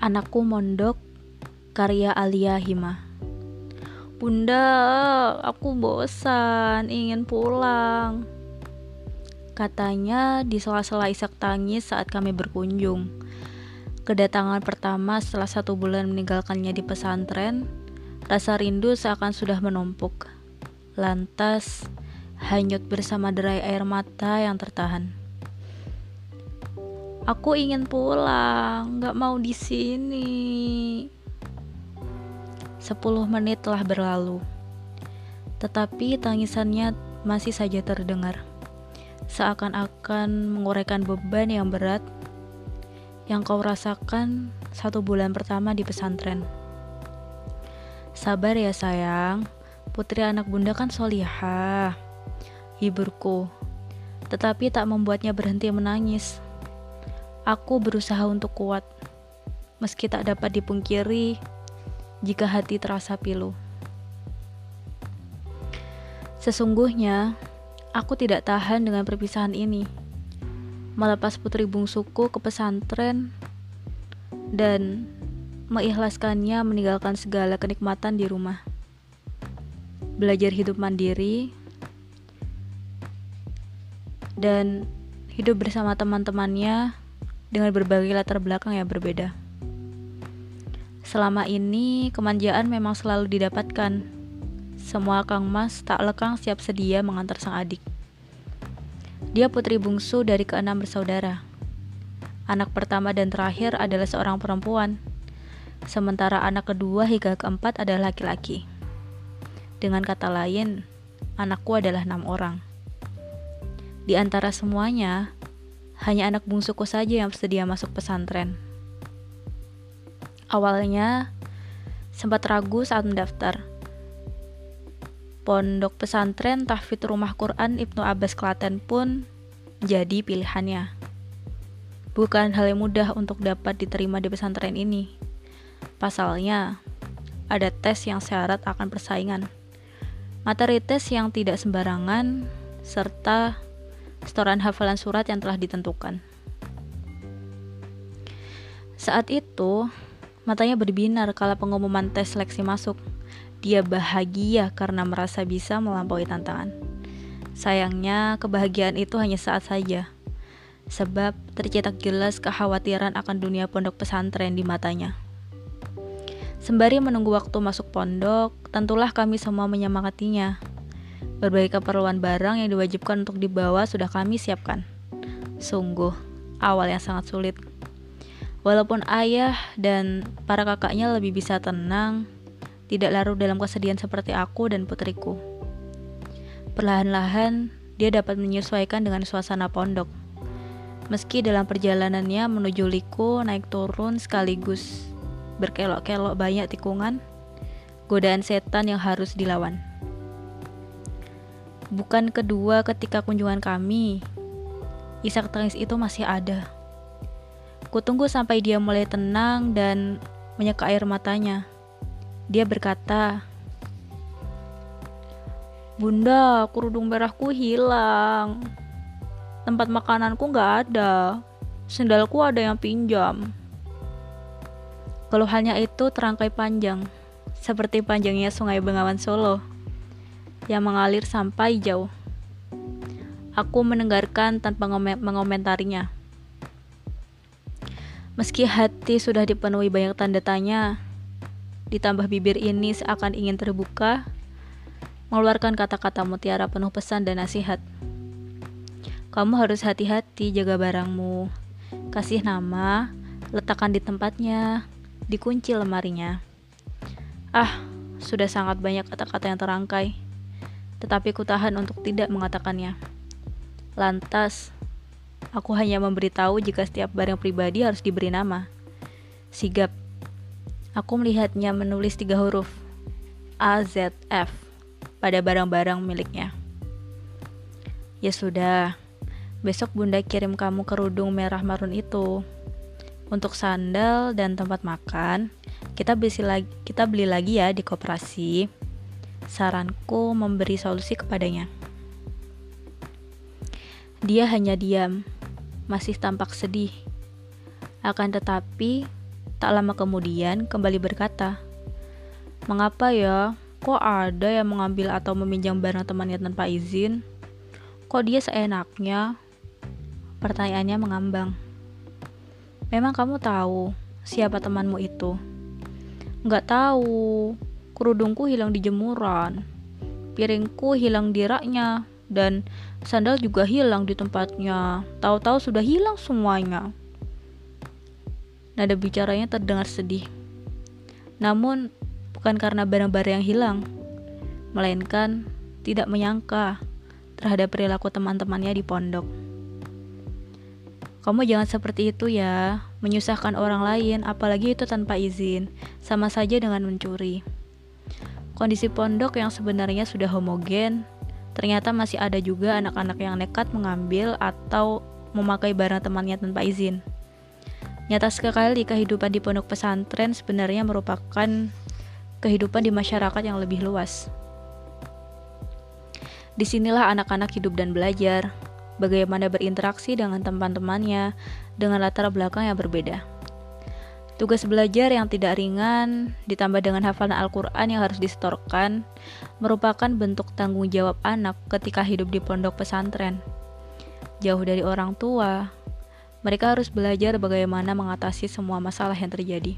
Anakku Mondok, karya Alia Hima. Bunda, aku bosan, ingin pulang. Katanya di sela-sela isak tangis saat kami berkunjung. Kedatangan pertama setelah 1 bulan meninggalkannya di pesantren, rasa rindu seakan sudah menumpuk. Lantas, hanyut bersama derai air mata yang tertahan. Aku ingin pulang, gak mau di sini. 10 menit telah berlalu, tetapi tangisannya masih saja terdengar, seakan-akan menguraikan beban yang berat yang kau rasakan 1 bulan pertama di pesantren. Sabar ya sayang, putri anak bunda kan solihah, hiburku, tetapi tak membuatnya berhenti menangis. Aku berusaha untuk kuat, meski tak dapat dipungkiri jika hati terasa pilu. Sesungguhnya, aku tidak tahan dengan perpisahan ini. Melepas putri bungsuku ke pesantren dan mengikhlaskannya meninggalkan segala kenikmatan di rumah. Belajar hidup mandiri dan hidup bersama teman-temannya dengan berbagai latar belakang yang berbeda. Selama ini, kemanjaan memang selalu didapatkan. Semua Kang Mas tak lekang siap sedia mengantar sang adik. Dia putri bungsu dari ke-6 bersaudara. Anak pertama dan terakhir adalah seorang perempuan, sementara anak kedua hingga keempat adalah laki-laki. Dengan kata lain, anakku adalah 6 orang. Di antara semuanya, hanya anak bungsuku saja yang bersedia masuk pesantren. Awalnya, sempat ragu saat mendaftar. Pondok pesantren Tahfidz Rumah Quran Ibnu Abbas Klaten pun jadi pilihannya. Bukan hal yang mudah untuk dapat diterima di pesantren ini. Pasalnya, ada tes yang syarat akan persaingan, materi tes yang tidak sembarangan, serta setoran hafalan surat yang telah ditentukan. Saat itu, matanya berbinar kala pengumuman tes seleksi masuk. Dia bahagia karena merasa bisa melampaui tantangan. Sayangnya, kebahagiaan itu hanya saat saja, sebab tercetak jelas kekhawatiran akan dunia pondok pesantren di matanya. Sembari menunggu waktu masuk pondok, tentulah kami semua menyemangatinya. Berbagai keperluan barang yang diwajibkan untuk dibawa sudah kami siapkan. Sungguh, awal yang sangat sulit. Walaupun ayah dan para kakaknya lebih bisa tenang, tidak larut dalam kesedihan seperti aku dan putriku. Perlahan-lahan, dia dapat menyesuaikan dengan suasana pondok. Meski dalam perjalanannya menuju liku naik turun sekaligus berkelok-kelok banyak tikungan, godaan setan yang harus dilawan. Bukan kedua ketika kunjungan kami, isak tangis itu masih ada. Kutunggu sampai dia mulai tenang dan menyeka air matanya. Dia berkata, "Bunda, kerudung merahku hilang. Tempat makananku gak ada. Sendalku ada yang pinjam." Keluhannya itu terangkai panjang, seperti panjangnya Sungai Bengawan Solo yang mengalir sampai jauh. Aku mendengarkan tanpa mengomentarinya. Meski hati sudah dipenuhi banyak tanda tanya, ditambah bibir ini seakan ingin terbuka, mengeluarkan kata-kata mutiara penuh pesan dan nasihat. Kamu harus hati-hati jaga barangmu, kasih nama, letakkan di tempatnya, dikunci lemarinya. Sudah sangat banyak kata-kata yang terangkai, tetapi kutahan untuk tidak mengatakannya. Lantas, aku hanya memberitahu jika setiap barang pribadi harus diberi nama. Sigap. Aku melihatnya menulis 3 huruf AZF pada barang-barang miliknya. Ya sudah, besok bunda kirim kamu kerudung merah marun itu. Untuk sandal dan tempat makan, kita beli lagi ya di koperasi. Saranku memberi solusi kepadanya. Dia hanya diam, masih tampak sedih. Akan tetapi, Tak lama kemudian kembali berkata, "Mengapa ya? Kok ada yang mengambil atau meminjam barang temannya tanpa izin? Kok dia seenaknya?" Pertanyaannya mengambang. "Memang kamu tahu siapa temanmu itu?" "Nggak tahu. Kerudungku hilang di jemuran. Piringku hilang di raknya. Dan sandal juga hilang di tempatnya. Tahu-tahu sudah hilang semuanya." Nada bicaranya terdengar sedih. Namun bukan karena barang-barang yang hilang, melainkan tidak menyangka terhadap perilaku teman-temannya di pondok. "Kamu jangan seperti itu ya, menyusahkan orang lain, apalagi itu tanpa izin, sama saja dengan mencuri." Kondisi pondok yang sebenarnya sudah homogen, ternyata masih ada juga anak-anak yang nekat mengambil atau memakai barang temannya tanpa izin. Nyata sekali kehidupan di pondok pesantren sebenarnya merupakan kehidupan di masyarakat yang lebih luas. Disinilah anak-anak hidup dan belajar, bagaimana berinteraksi dengan teman-temannya dengan latar belakang yang berbeda. Tugas belajar yang tidak ringan, ditambah dengan hafalan Al-Quran yang harus disetorkan, merupakan bentuk tanggung jawab anak ketika hidup di pondok pesantren. Jauh dari orang tua, mereka harus belajar bagaimana mengatasi semua masalah yang terjadi.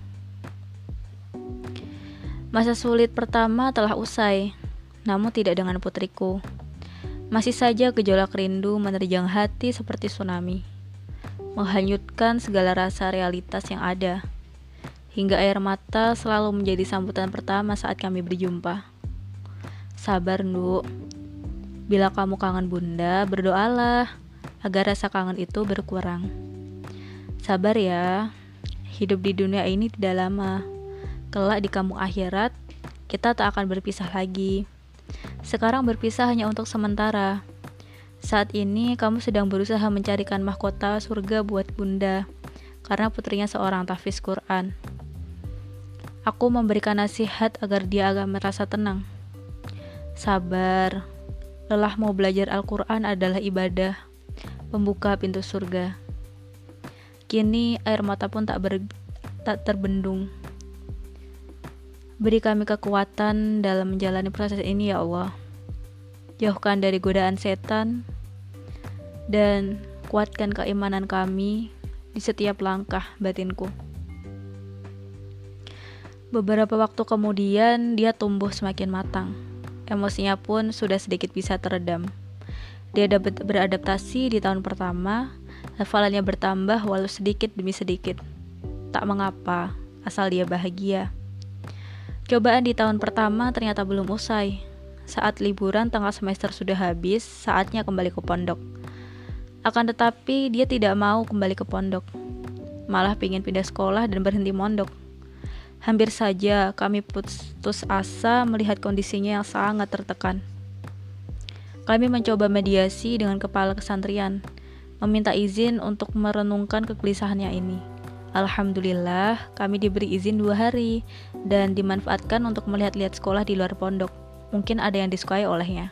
Masa sulit pertama telah usai, namun tidak dengan putriku. Masih saja gejolak rindu menerjang hati seperti tsunami, menghanyutkan segala rasa realitas yang ada, hingga air mata selalu menjadi sambutan pertama saat kami berjumpa. "Sabar, Nduk. Bila kamu kangen Bunda, berdoalah agar rasa kangen itu berkurang. Sabar ya, hidup di dunia ini tidak lama. Kelak di kampung akhirat, kita tak akan berpisah lagi. Sekarang berpisah hanya untuk sementara. Saat ini kamu sedang berusaha mencarikan mahkota surga buat Bunda, karena putrinya seorang tahfiz Quran. Aku memberikan nasihat agar dia agak merasa tenang. Sabar, lelah mau belajar Al-Quran adalah ibadah, pembuka pintu surga. Kini air mata pun tak terbendung. Beri kami kekuatan dalam menjalani proses ini ya Allah. Jauhkan dari godaan setan dan kuatkan keimanan kami di setiap langkah batinku." Beberapa waktu kemudian dia tumbuh semakin matang. Emosinya pun sudah sedikit bisa teredam. Dia dapat beradaptasi di tahun pertama. Hafalannya bertambah walau sedikit demi sedikit. Tak mengapa, asal dia bahagia. Cobaan di tahun pertama ternyata belum usai. Saat liburan tengah semester sudah habis, saatnya kembali ke pondok. Akan tetapi dia tidak mau kembali ke pondok, malah ingin pindah sekolah dan berhenti mondok. Hampir saja kami putus asa melihat kondisinya yang sangat tertekan. Kami mencoba mediasi dengan kepala kesantrian, meminta izin untuk merenungkan kegelisahannya ini. Alhamdulillah, kami diberi izin 2 hari dan dimanfaatkan untuk melihat-lihat sekolah di luar pondok. Mungkin ada yang disukai olehnya.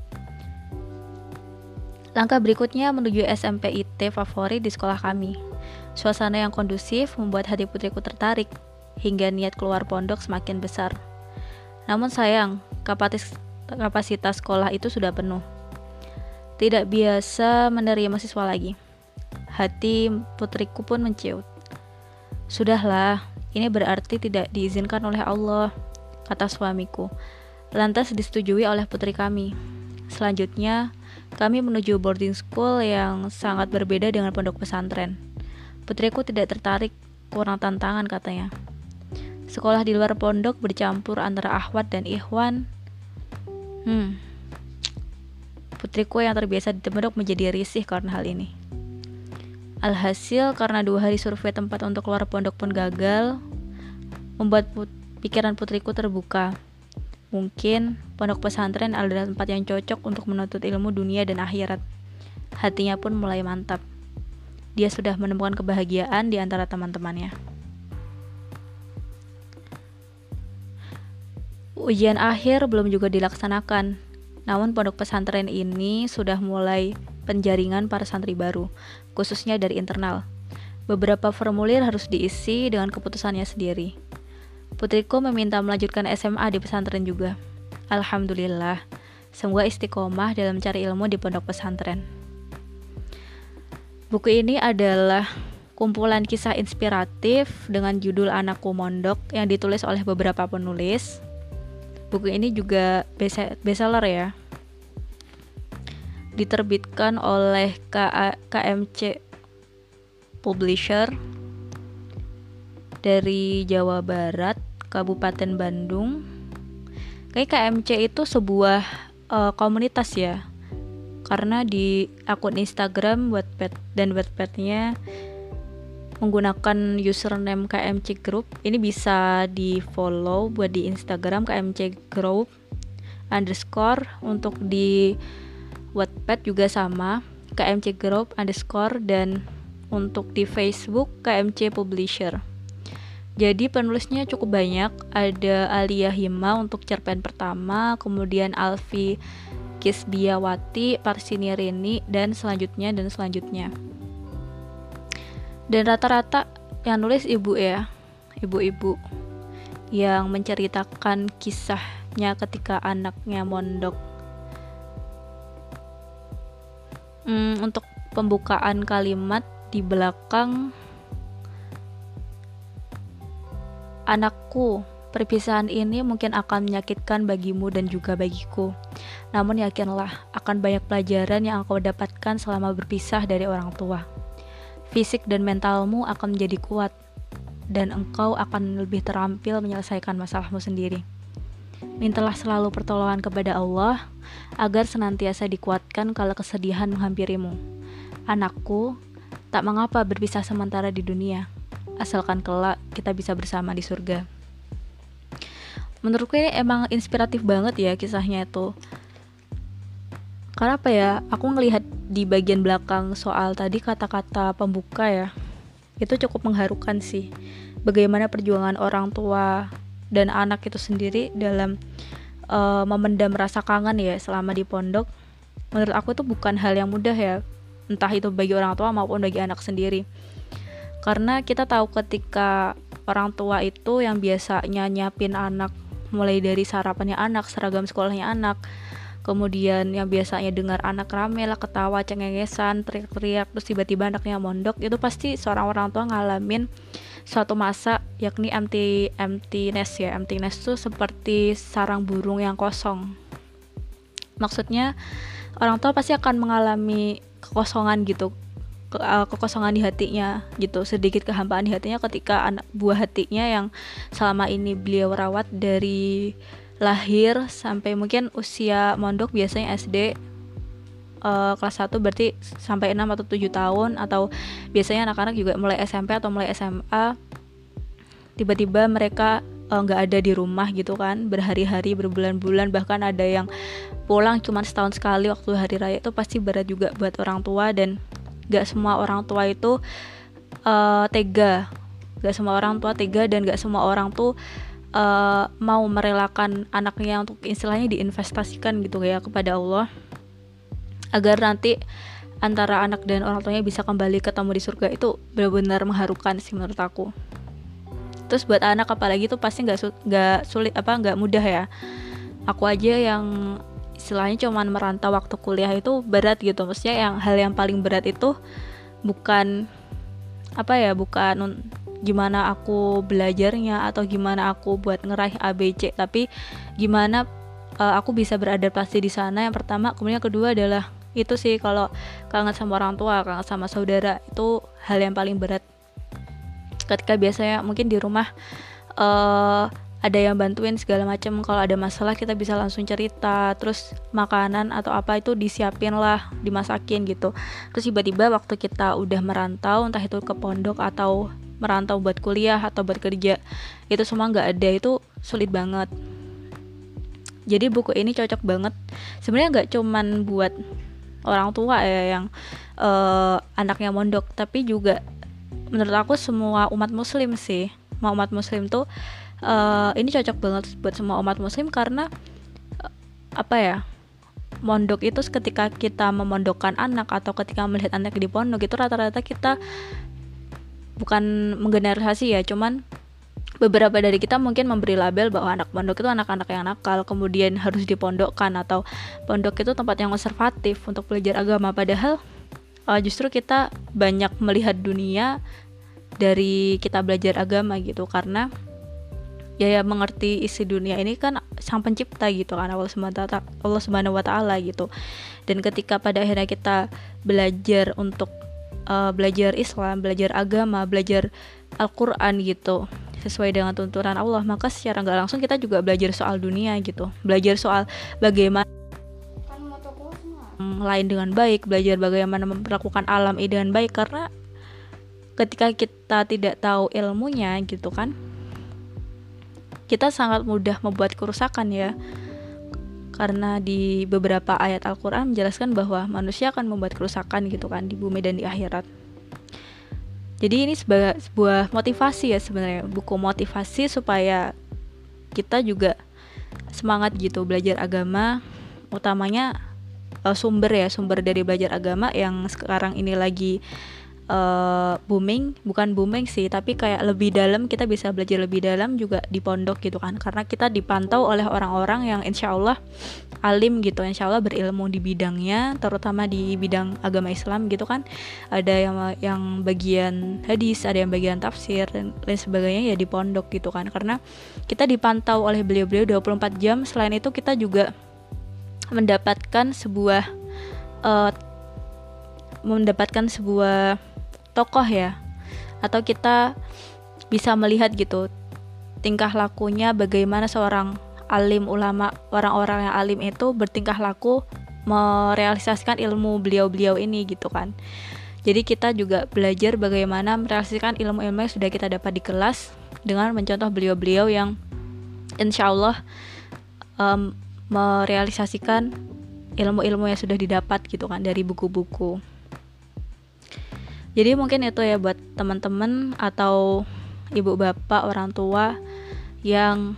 Langkah berikutnya menuju SMP IT favorit di sekolah kami. Suasana yang kondusif membuat hati putriku tertarik, hingga niat keluar pondok semakin besar. Namun sayang, kapasitas sekolah itu sudah penuh. Tidak biasa menerima siswa lagi. Hati putriku pun menciut. "Sudahlah, ini berarti tidak diizinkan oleh Allah," kata suamiku. Lantas disetujui oleh putri kami. Selanjutnya, kami menuju boarding school yang sangat berbeda dengan pondok pesantren. Putriku tidak tertarik, kurang tantangan katanya. Sekolah di luar pondok bercampur antara akhwat dan ikhwan. Putriku yang terbiasa di pondok menjadi risih karena hal ini. Alhasil, karena 2 hari survei tempat untuk keluar pondok pun gagal, membuat pikiran putriku terbuka. Mungkin pondok pesantren adalah tempat yang cocok untuk menuntut ilmu dunia dan akhirat. Hatinya pun mulai mantap. Dia sudah menemukan kebahagiaan di antara teman-temannya. Ujian akhir belum juga dilaksanakan, namun pondok pesantren ini sudah mulai penjaringan para santri baru, khususnya dari internal. Beberapa formulir harus diisi dengan keputusannya sendiri. Putriku meminta melanjutkan SMA di pesantren juga. Alhamdulillah, semoga istiqomah dalam mencari ilmu di pondok pesantren. Buku ini adalah kumpulan kisah inspiratif dengan judul Anakku Mondok yang ditulis oleh beberapa penulis. Buku ini juga bestseller ya. Diterbitkan oleh KMC Publisher dari Jawa Barat, Kabupaten Bandung. Kayak KMC itu sebuah komunitas ya, karena di akun Instagram Wattpad dan Wattpadnya menggunakan username KMC Group. Ini bisa di follow buat di Instagram KMC Group _ untuk di Wattpad juga sama KMC Group _ dan untuk di Facebook KMC Publisher. Jadi penulisnya cukup banyak. Ada Alia Hima untuk cerpen pertama, kemudian Alfi Kisbiawati, Parsini Rini, dan selanjutnya. Dan rata-rata yang nulis ibu ya, ibu-ibu yang menceritakan kisahnya ketika anaknya mondok. Untuk pembukaan kalimat di belakang, anakku, perpisahan ini mungkin akan menyakitkan bagimu dan juga bagiku. Namun yakinlah, akan banyak pelajaran yang engkau dapatkan selama berpisah dari orang tua. Fisik dan mentalmu akan menjadi kuat, dan engkau akan lebih terampil menyelesaikan masalahmu sendiri. Mintalah selalu pertolongan kepada Allah, agar senantiasa dikuatkan kala kesedihan menghampirimu. Anakku, tak mengapa berpisah sementara di dunia, asalkan kelak kita bisa bersama di surga. Menurutku ini emang inspiratif banget ya kisahnya itu. Karena apa ya, aku ngelihat di bagian belakang soal tadi kata-kata pembuka ya, itu cukup mengharukan sih. Bagaimana perjuangan orang tua dan anak itu sendiri dalam memendam rasa kangen ya selama di pondok. Menurut aku itu bukan hal yang mudah ya, entah itu bagi orang tua maupun bagi anak sendiri. Karena kita tahu ketika orang tua itu yang biasanya nyiapin anak, mulai dari sarapannya anak, seragam sekolahnya anak, kemudian yang biasanya dengar anak rame lah, ketawa, cengengesan, teriak-teriak, terus tiba-tiba anaknya mondok, itu pasti seorang orang tua ngalamin suatu masa, yakni emptiness ya. Emptiness itu seperti sarang burung yang kosong. Maksudnya orang tua pasti akan mengalami kekosongan gitu, kekosongan di hatinya gitu, sedikit kehampaan di hatinya ketika anak buah hatinya yang selama ini beliau rawat dari lahir sampai mungkin usia mondok, biasanya SD kelas 1 berarti sampai 6 atau 7 tahun, atau biasanya anak-anak juga mulai SMP atau mulai SMA, tiba-tiba mereka nggak ada di rumah gitu kan, berhari-hari, berbulan-bulan, bahkan ada yang pulang cuma setahun sekali waktu hari raya. Itu pasti berat juga buat orang tua, dan gak semua orang tua itu tega. Gak semua orang tua tega, dan gak semua orang tuh mau merelakan anaknya untuk istilahnya diinvestasikan gitu ya kepada Allah, agar nanti antara anak dan orang tuanya bisa kembali ketemu di surga. Itu benar-benar mengharukan sih menurut aku. Terus buat anak apalagi tuh pasti nggak mudah ya. Aku aja yang istilahnya cuman merantau waktu kuliah itu berat gitu. Maksudnya hal yang paling berat itu bukan gimana aku belajarnya atau gimana aku buat ngeraih ABC, tapi gimana aku bisa beradaptasi di sana, yang pertama. Kemudian yang kedua adalah itu sih, kalau kangen sama orang tua, kangen sama saudara, itu hal yang paling berat. Ketika biasanya mungkin di rumah ada yang bantuin segala macam, kalau ada masalah kita bisa langsung cerita, terus makanan atau apa itu disiapin lah, dimasakin gitu. Terus tiba-tiba waktu kita udah merantau, entah itu ke pondok atau merantau buat kuliah atau buat kerja, itu semua nggak ada, itu sulit banget. Jadi buku ini cocok banget sebenarnya, nggak cuman buat orang tua ya yang anaknya mondok, tapi juga menurut aku semua umat muslim sih. Umat muslim tuh ini cocok banget buat semua umat muslim, karena mondok itu ketika kita memondokkan anak atau ketika melihat anak di pondok, itu rata-rata kita bukan menggeneralisasi ya, cuman beberapa dari kita mungkin memberi label bahwa anak pondok itu anak-anak yang nakal, kemudian harus dipondokkan, atau pondok itu tempat yang konservatif untuk belajar agama. Padahal justru kita banyak melihat dunia dari kita belajar agama gitu, karena ya mengerti isi dunia ini kan sang pencipta gitu kan, Allah Subhanahu wa taala gitu. Dan ketika pada akhirnya kita belajar untuk belajar Islam, belajar agama, belajar Al-Qur'an gitu sesuai dengan tuntunan Allah, maka secara nggak langsung kita juga belajar soal dunia gitu, belajar soal bagaimana lain dengan baik, belajar bagaimana memperlakukan alam ini dengan baik. Karena ketika kita tidak tahu ilmunya gitu kan, kita sangat mudah membuat kerusakan ya. Karena di beberapa ayat Al-Quran menjelaskan bahwa manusia akan membuat kerusakan gitu kan di bumi dan di akhirat. Jadi ini sebuah motivasi ya sebenarnya, buku motivasi supaya kita juga semangat gitu belajar agama, utamanya sumber dari belajar agama yang sekarang ini lagi bukan booming sih, tapi kayak lebih dalam, kita bisa belajar lebih dalam juga di pondok gitu kan, karena kita dipantau oleh orang-orang yang insya Allah alim gitu, insya Allah berilmu di bidangnya, terutama di bidang agama Islam gitu kan. Ada yang bagian hadis, ada yang bagian tafsir dan lain sebagainya ya di pondok gitu kan, karena kita dipantau oleh beliau-beliau 24 jam. Selain itu kita juga mendapatkan sebuah tokoh ya, atau kita bisa melihat gitu tingkah lakunya, bagaimana seorang alim, ulama, orang-orang yang alim itu bertingkah laku merealisasikan ilmu beliau-beliau ini gitu kan. Jadi kita juga belajar bagaimana merealisasikan ilmu-ilmu yang sudah kita dapat di kelas dengan mencontoh beliau-beliau yang insya Allah merealisasikan ilmu-ilmu yang sudah didapat gitu kan dari buku-buku. Jadi mungkin itu ya buat teman-teman atau ibu bapak, orang tua yang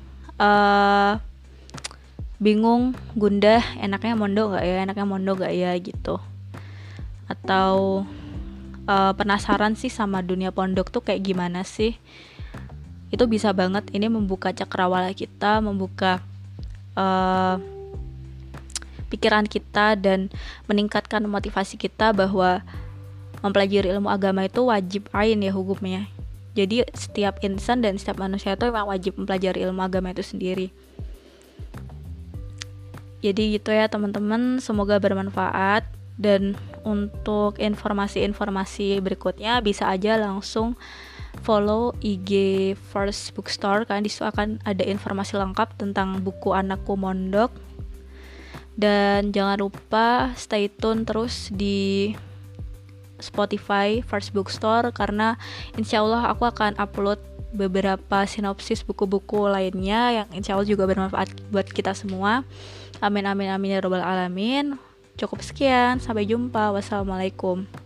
bingung, gundah, enaknya mondok gak ya gitu, atau penasaran sih sama dunia pondok tuh kayak gimana sih. Itu bisa banget ini membuka cakrawala kita, membuka pikiran kita dan meningkatkan motivasi kita bahwa mempelajari ilmu agama itu wajib ain ya hukumnya. Jadi setiap insan dan setiap manusia itu memang wajib mempelajari ilmu agama itu sendiri. Jadi gitu ya teman-teman, semoga bermanfaat. Dan untuk informasi-informasi berikutnya bisa aja langsung follow IG First Bookstore, kan disitu akan ada informasi lengkap tentang buku Anakku Mondok. Dan jangan lupa stay tune terus di Spotify First Bookstore, karena insya Allah aku akan upload beberapa sinopsis buku-buku lainnya yang insya Allah juga bermanfaat buat kita semua. Amin amin amin ya robbal alamin. Cukup sekian, sampai jumpa. Wassalamualaikum.